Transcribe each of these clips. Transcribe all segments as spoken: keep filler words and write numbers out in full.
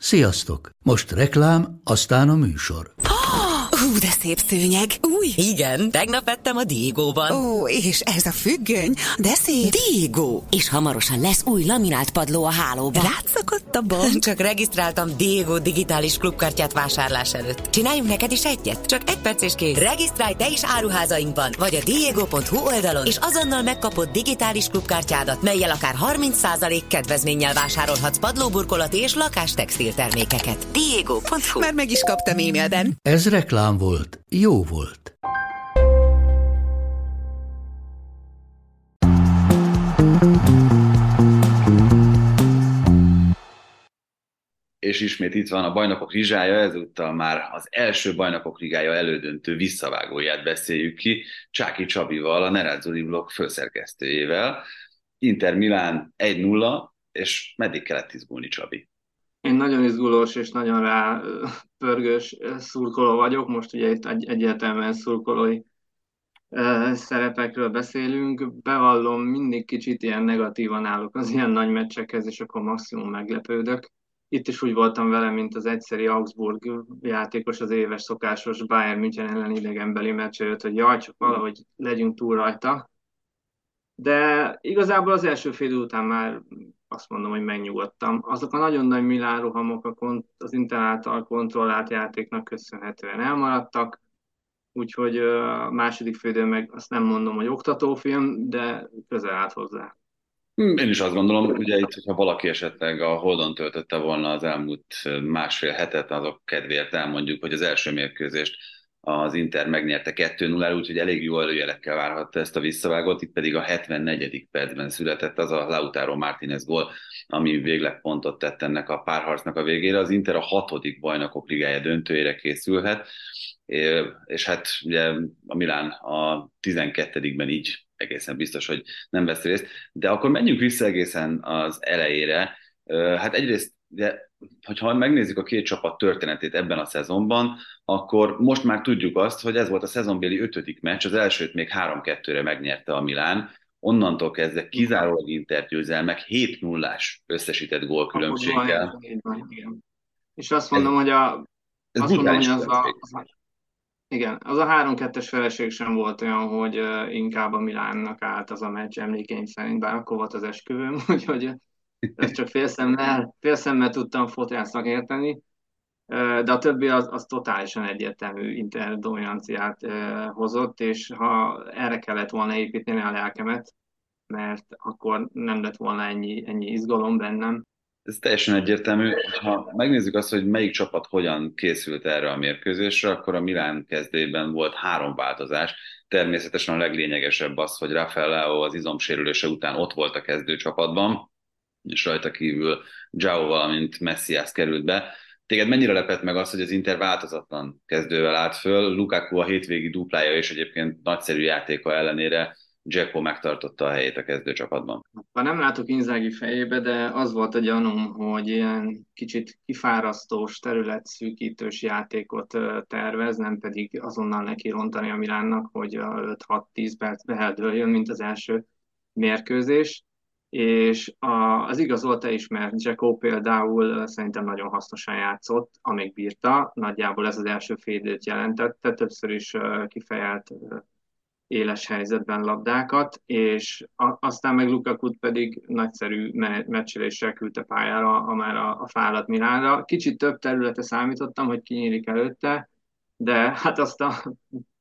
Sziasztok! Most reklám, aztán a műsor. Hú, de szép szőnyeg. Új? Igen, tegnap vettem a Diegóban. Ó, és ez a függöny, de szép. Diegó. És hamarosan lesz új laminált padló a hálóban. Rátszokott a bank. Csak regisztráltam Diegó digitális klubkártyát vásárlás előtt. Csináljunk neked is egyet? Csak egy perc és kész. Regisztrálj te is áruházainkban, vagy a diego pont hu oldalon, és azonnal megkapod digitális klubkártyádat, mellyel akár harminc százalék kedvezménnyel vásárolhatsz padlóburkolati és lakástextil termékeket. diego pont hu. Már meg is kaptam e-mailben. Ez reklám volt, jó volt. És ismét itt van a Bajnokok Ligája, ezúttal már az első Bajnokok Ligája elődöntő visszavágóját beszéljük ki, Csáky Csabival, a Nerazzurri blog főszerkesztőjével. Inter Milán egy nulla, és meddig kellett izgulni, Csabi? Én nagyon izgulós és nagyon rá pörgős szurkoló vagyok. Most ugye itt egy, egyértelműen szurkolói szerepekről beszélünk. Bevallom, mindig kicsit ilyen negatívan állok az ilyen nagy meccsekhez, és akkor maximum meglepődök. Itt is úgy voltam vele, mint az egyszeri Augsburg játékos az éves szokásos Bayern München ellen idegenbeli meccs előtt, hogy jaj, csak valahogy legyünk túl rajta. De igazából az első fél idő után már azt mondom, hogy megnyugodtam. Azok a nagyon nagy Milán rohamok a kont- az Inter által kontrollált játéknak köszönhetően elmaradtak, úgyhogy a második fél idő meg azt nem mondom, hogy oktatófilm, de közel állt hozzá. Én is azt gondolom, ugye itt, hogyha valaki esetleg a Holdon töltötte volna az elmúlt másfél hetet, azok kedvéért elmondjuk, hogy az első mérkőzést az Inter megnyerte kettő nulla, úgyhogy elég jó előjelekkel várhatta ezt a visszavágót, itt pedig a hetvennegyedik percben született az a Lautaro Martínez gól, ami végleg pontot tett ennek a párharcnak a végére. Az Inter a hatodik Bajnokok Ligája döntőjére készülhet, és hát ugye a Milán a tizenkettedikben így egészen biztos, hogy nem vesz részt. De akkor menjünk vissza egészen az elejére. Hát egyrészt, ugye, hogyha megnézzük a két csapat történetét ebben a szezonban, akkor most már tudjuk azt, hogy ez volt a szezonbéli ötödik meccs, az elsőt még három kettőre megnyerte a Milán, onnantól kezdve kizárólag Inter győzelmek hét nullás összesített gólkülönbséggel. És azt mondom, hogy a Ez azt mondom, hogy az a, a, igen, az a három kettes feleség sem volt olyan, hogy inkább a Milánnak állt az a meccs emlékeim szerint, bár akkor volt az esküvőm, úgyhogy ezt csak félszemmel, félszemmel tudtam fotásznak érteni, de a többi az, az totálisan egyértelmű Inter dominanciát hozott, és ha erre kellett volna építeni a lelkemet, mert akkor nem lett volna ennyi, ennyi izgalom bennem. Ez teljesen egyértelmű. Ha megnézzük azt, hogy melyik csapat hogyan készült erre a mérkőzésre, akkor a Milán kezdőjében volt három változás. Természetesen a leglényegesebb az, hogy Rafael Leao az izomsérülése után ott volt a kezdőcsapatban, és rajta kívül João, valamint Messias került be. Téged mennyire lepett meg az, hogy az Inter változatlan kezdővel állt föl? Lukaku a hétvégi duplája és egyébként nagyszerű játéka ellenére Dzeko megtartotta a helyét a kezdőcsapatban. Ha nem látok Inzaghi fejébe, de az volt a gyanúm, hogy ilyen kicsit kifárasztós, területszűkítős játékot tervez, nem pedig azonnal neki rontani a Milánnak, hogy a öt-hat-tíz percbe eldőljön, mint az első mérkőzés. És a, az igazolta is, mert Dzeko például szerintem nagyon hasznosan játszott, amíg bírta. Nagyjából ez az első fél időt jelentette, többször is kifejelt éles helyzetben labdákat, és a, aztán meg Lukakut pedig nagyszerű me- meccseléssel küldte pályára, a már a, a fáradt Milánra. Kicsit több területe számítottam, hogy kinyílik előtte, de hát azt a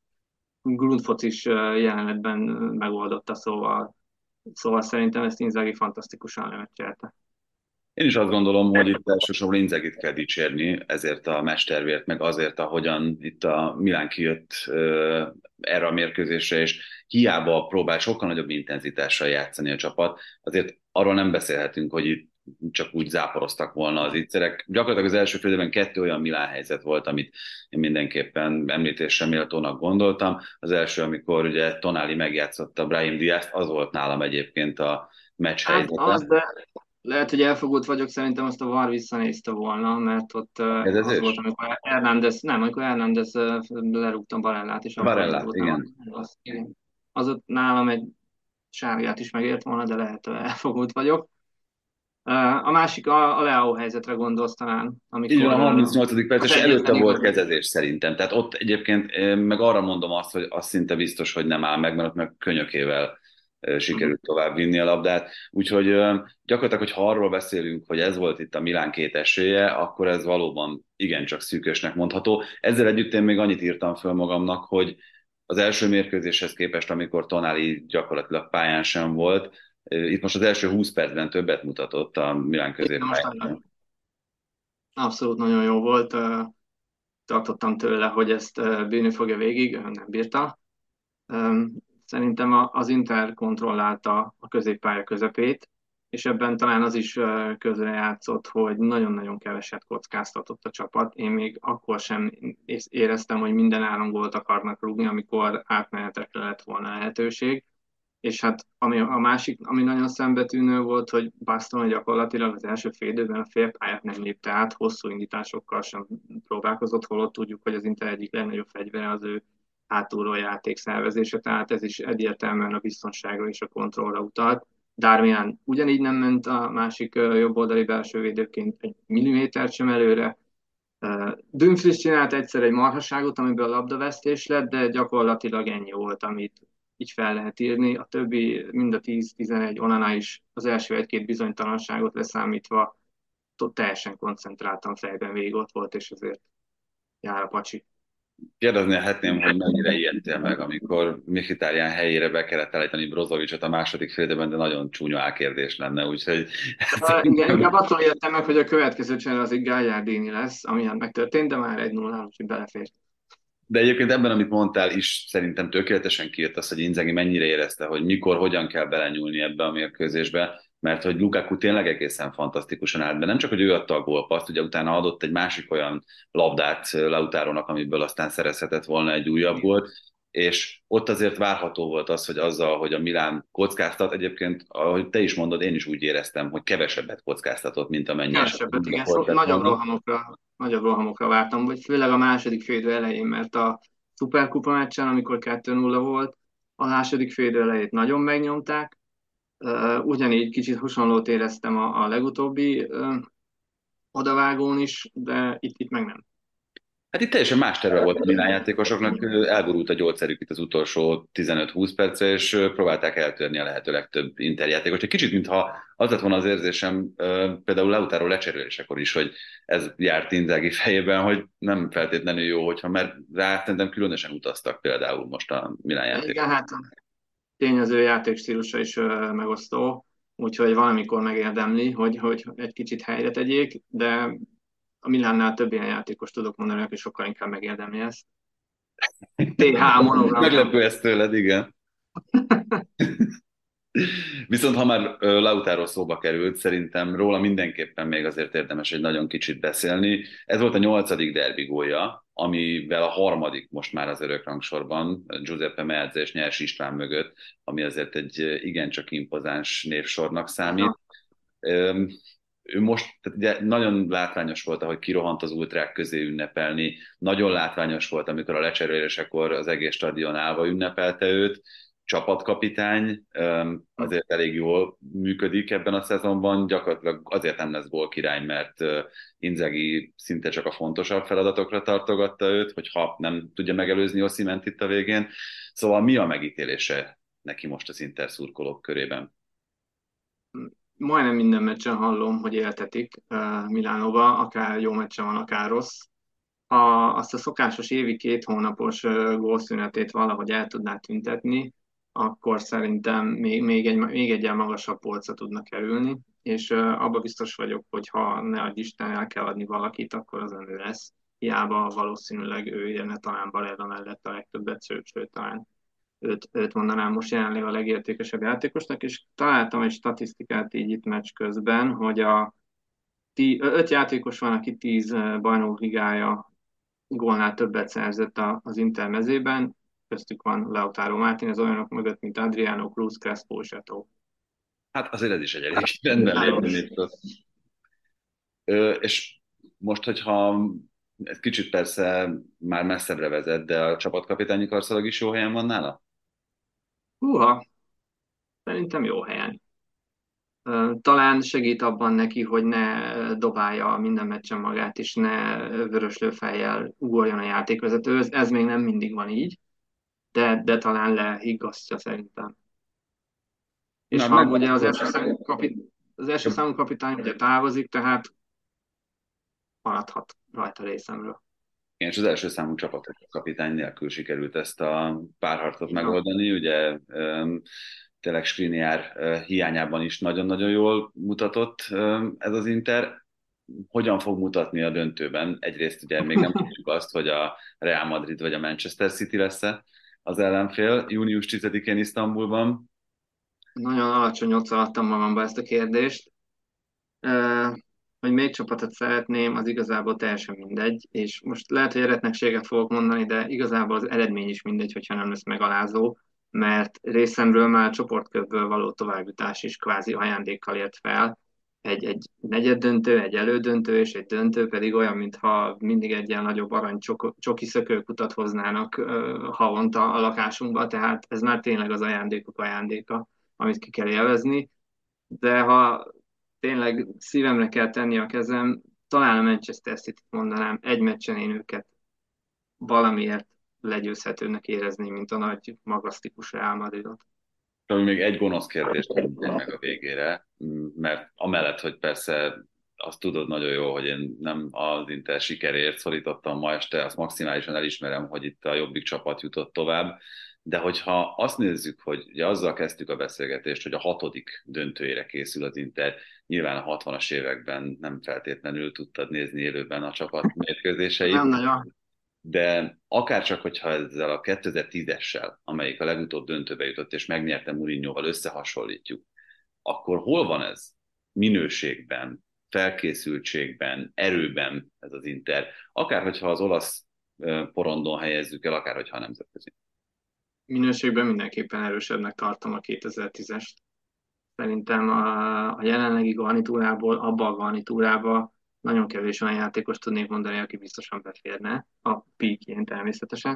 grundfocis jelenetben megoldotta, szóval, szóval szerintem ezt Inzaghi fantasztikusan lemeccselte. Én is azt gondolom, hogy itt elsősorban Inzagit kell dicsérni, ezért a mestervért, meg azért, ahogyan itt a Milán kijött uh, erre a mérkőzésre, és hiába próbál sokkal nagyobb intenzitással játszani a csapat, azért arról nem beszélhetünk, hogy itt csak úgy záporoztak volna az ígyszerek. Gyakorlatilag az első félidőben kettő olyan Milán helyzet volt, amit én mindenképpen említésre méltónak gondoltam. Az első, amikor ugye Tonali megjátszotta Brahim Díazt, az volt nálam egyébként a meccs Hát helyzete. az, de lehet, hogy elfogult vagyok, szerintem azt a VAR visszanézte volna, mert ott Ez az is? volt, amikor Hernández, nem, amikor Hernández lerúgta Barellát, és akkor Barellát, volt igen. Az, igen. Az ott nálam egy sárgát is megért volna, de lehet, hogy elfogult vagyok. A másik a, a Leao helyzetre gondolsz talán, Így van, amikor a harmincnyolcadik perc, az és előtte egyetlen volt igazi. kezezés szerintem. Tehát ott egyébként eh, meg arra mondom azt, hogy az szinte biztos, hogy nem áll meg, mert ott meg könyökével eh, Uh-huh. sikerült tovább vinni a labdát. Úgyhogy eh, gyakorlatilag, hogy ha arról beszélünk, hogy ez volt itt a Milán két esélye, akkor ez valóban igencsak szűkösnek mondható. Ezzel együtt én még annyit írtam föl magamnak, hogy az első mérkőzéshez képest, amikor Tonali gyakorlatilag pályán sem volt, eh, itt most az első húsz percben többet mutatott a Milán Igen, most középpályán. nagyon, abszolút nagyon jó volt. Tartottam tőle, hogy ezt bírni fogja végig, ő nem bírta. Szerintem a- az Inter kontrollálta a középpálya közepét, és ebben talán az is közrejátszott, hogy nagyon-nagyon keveset kockáztatott a csapat. Én még akkor sem ész- éreztem, hogy minden áron gólt akarnak rúgni, amikor átmenetekre lett volna lehetőség. És hát ami a másik, ami nagyon szembetűnő volt, hogy Bastoni gyakorlatilag az első fél időben a félpályát nem lépte át, hosszú indításokkal sem próbálkozott, holott tudjuk, hogy az Inter egyik legnagyobb fegyvere az ő hátulról játék szervezése, tehát ez is egyértelműen a biztonságra és a kontrollra utalt. Darmian ugyanígy nem ment a másik jobboldali belső védőként egy millimétert sem előre. Dumfries csinált egyszer egy marhaságot, amiből labdavesztés lett, de gyakorlatilag ennyi volt, amit így fel lehet írni. A többi, mind a tíz-tizenegy Onana is az első egy-két bizonytalanságot leszámítva teljesen koncentráltan fejben végig ott volt, és azért jár a pacsi. Kérdezni lehetném, hogy mennyire ijedtél meg, amikor Mkhitaryan helyére be kellett állítani Brozovicsot a második fél időben, de nagyon csúnya álkérdés lenne, úgyhogy Uh, igen, inkább attól jöttem meg, hogy a következő csere az egy Gagliardini lesz, ami hát megtörtént, de már egy nulla, úgyhogy belefért. de egyébként ebben, amit mondtál is, szerintem tökéletesen kijött az, hogy Inzaghi mennyire érezte, hogy mikor, hogyan kell belenyúlni ebbe a mérkőzésbe, mert hogy Lukaku tényleg egészen fantasztikusan állt be. Nem csak, hogy ő adta a gólpaszt, ugye utána adott egy másik olyan labdát Lautarónak, amiből aztán szerezhetett volna egy újabb gólt, és ott azért várható volt az, hogy azzal, hogy a Milán kockáztat, egyébként, ahogy te is mondod, én is úgy éreztem, hogy kevesebbet kockáztatott, mint amennyi Kevesebbet, esetben igen, szó, volt nagyobb volna. rohamokra, nagyobb rohamokra vártam, vagy főleg a második félidő elején, mert a Superkupa meccsen, amikor kettő nulla volt, a második félidő elejét nagyon megnyomták. Uh, ugyanígy kicsit hasonlót éreztem a, a legutóbbi uh, odavágón is, de itt, itt meg nem. Hát itt teljesen más terve volt a Milán játékosoknak, elborult a gyógyszerük itt az utolsó tizenöt-húsz percre, és próbálták eltörni a lehető legtöbb Inter játékost. Egy kicsit, mintha az lett volna az érzésem, például Lautaro lecserélésekor is, hogy ez járt Inzaghi fejében, hogy nem feltétlenül jó, hogyha, mert rá szerintem különösen utaztak például most a Milán Igen, játékosok. hát tényező játékstílusa is uh, megosztó, úgyhogy valamikor megérdemli, hogy, hogy egy kicsit helyre tegyék, de a Milánnál több ilyen játékos tudok mondani, aki sokkal inkább megérdemli ezt. té há monogram. Meglepő ez tőled, igen. Viszont ha már ö, Lautaro szóba került, szerintem róla mindenképpen még azért érdemes egy nagyon kicsit beszélni. Ez volt a nyolcadik derbi gólja, amivel a harmadik most már az örökrangsorban, Giuseppe Meazza és Nyers István mögött, ami azért egy igencsak impozáns névsornak számít. Aha. Öm, Ő most tehát ugye nagyon látványos volt, ahogy kirohant az ultrák közé ünnepelni, nagyon látványos volt, amikor a lecserélésekor az egész stadion állva ünnepelte őt, csapatkapitány, öm, azért elég jól működik ebben a szezonban, gyakorlatilag azért nem lesz gólkirály, mert ö, Inzaghi szinte csak a fontosabb feladatokra tartogatta őt, hogyha nem tudja megelőzni Osimhent itt a végén. Szóval mi a megítélése neki most az Inter szurkolók körében? Majdnem minden meccsen hallom, hogy éltetik uh, Milánóba, akár jó meccsen van, akár rossz. Ha azt a szokásos évi két hónapos uh, gólszünetét valahogy el tudná tüntetni, akkor szerintem még, még, egy, még egyen magasabb polcra tudnak kerülni, és uh, abba biztos vagyok, hogy ha ne adj Isten el kell adni valakit, akkor az ő lesz. Hiába valószínűleg ő érne talán Barella mellett a legtöbbet, sőt, sőt talán őt, őt mondanám most jelenleg a legértékesebb játékosnak, és találtam egy statisztikát így itt meccs közben, hogy a tí, öt játékos van, aki tíz bajnok ligája gólnál többet szerzett az Inter mezében, köztük van Lautaro Martinez olyanok mögött, mint Adriano, Cruz, Crespo és Eto'o. Hát azért ez is egy elég rendben lévő népszó. És most, hogyha ez kicsit persze már messzebbre vezet, de a csapatkapitányi karszalag is jó helyen van nála? Húha, szerintem jó helyen. Talán segít abban neki, hogy ne dobálja minden meccsen magát, és ne vöröslőfejjel ugorjon a játékvezető. Ez, ez még nem mindig van így, de, de talán lehiggasztja szerintem. És Na, ha meg... ugye az első számú, kapi, az első számú kapitány ugye távozik, tehát maradhat rajta részemről. Igen, és az első számú csapatkapitány nélkül sikerült ezt a párharcot megoldani. Ugye um, tényleg Skriniar uh, hiányában is nagyon-nagyon jól mutatott um, ez az Inter. Hogyan fog mutatni a döntőben? Egyrészt ugye még nem tudjuk azt, hogy a Real Madrid vagy a Manchester City lesz-e az ellenfél június tizedikén Isztambulban. Nagyon alacsony adtam magamba ezt a kérdést. Uh, hogy még csapatot szeretném, az igazából teljesen mindegy, és most lehet, hogy eretnekséget fogok mondani, de igazából az eredmény is mindegy, hogyha nem lesz megalázó, mert részemről már a csoportkörből való továbbjutás is kvázi ajándékkal ért fel. Egy, egy negyeddöntő, egy elődöntő és egy döntő pedig olyan, mintha mindig egy ilyen nagyobb arany csok, csoki szökőkutat hoznának uh, havonta a lakásunkba, tehát ez már tényleg az ajándékok ajándéka, amit ki kell élvezni. De ha tényleg szívemre kell tenni a kezem, talán a Manchester City-t mondanám, egy meccsen én őket valamiért legyőzhetőnek érezni, mint a nagy magasztikus Real Madridot. Ami még egy gonosz kérdést mondtam meg a végére, mert amellett, hogy persze azt tudod nagyon jó, hogy én nem az Inter sikeréért szorítottam ma este, azt maximálisan elismerem, hogy itt a jobbik csapat jutott tovább, de hogyha azt nézzük, hogy ugye azzal kezdtük a beszélgetést, hogy a hatodik döntőjére készül az Inter, nyilván a hatvanas években nem feltétlenül tudtad nézni élőben a csapat mérkőzéseit. Nem nagyon. De akárcsak, hogyha ezzel a kétezer-tízessel, amelyik a legutóbb döntőbe jutott, és megnyerte Mourinhoval összehasonlítjuk, akkor hol van ez minőségben, felkészültségben, erőben ez az Inter? Akár, hogyha az olasz porondon helyezzük el, akár, hogyha a nemzetközi. Minőségben mindenképpen erősebbnek tartom a kétezer-tízest. Szerintem a, a jelenlegi garnitúrából, abba a garnitúrába nagyon kevés olyan játékos tudnék mondani, aki biztosan beférne, a peakjén természetesen.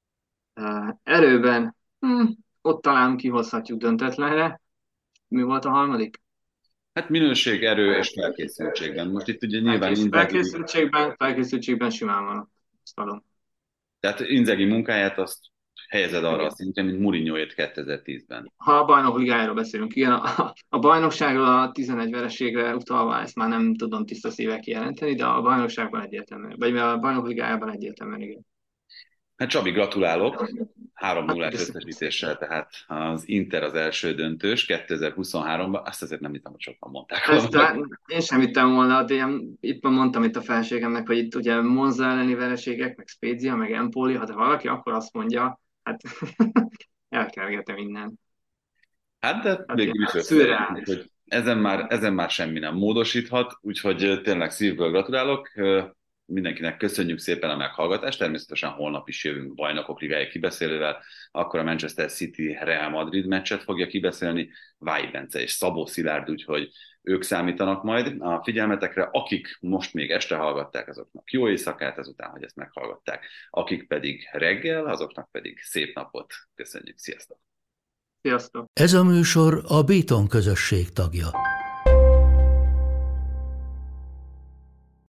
Uh, erőben, hm, ott talán kihozhatjuk döntetlenre. Mi volt a harmadik? Hát minőség, erő és felkészültségben. Most itt ugye nyilván Felkész, Inzaghi... Felkészültségben, felkészültségben simán van. Azt valom. Tehát Inzaghi munkáját azt helyezed arra a szinten, mint Mourinhoét kétezer-tízben. Ha a bajnok ligájáról beszélünk, igen, a, a bajnokságról a tizenegy vereségre utalva ezt már nem tudom tiszta szívvel kijelenteni, de a bajnokságban egyértelműen, vagy a bajnok ligájában egyértelműen, igen. Hát Csabi, gratulálok! három nullás Hát, összesítéssel, tehát az Inter az első döntős kétezer-huszonháromban, azt azért nem hittem, hogy sokan mondták ezt, volna. én sem hittem volna, de én, itt már mondtam itt a felségemnek, hogy itt ugye Monza elleni vereségek, meg Spezia, meg Empoli, ha de valaki akkor azt mondja, hát elkergetem innen. Hát de Hát végül is összeértünk, hogy ezen már, ezen már semmi nem módosíthat, úgyhogy tényleg szívből gratulálok. Mindenkinek köszönjük szépen a meghallgatást, természetesen holnap is jövünk Bajnokok Ligája kibeszélővel, akkor a Manchester City Real Madrid meccset fogja kibeszélni Vályi Bence és Szabó Szilárd, úgyhogy ők számítanak majd a figyelmetekre, akik most még este hallgatták, azoknak jó éjszakát ezután, hogy ezt meghallgatták, akik pedig reggel, azoknak pedig szép napot. Köszönjük, sziasztok! Sziasztok! Ez a műsor a Béton közösség tagja.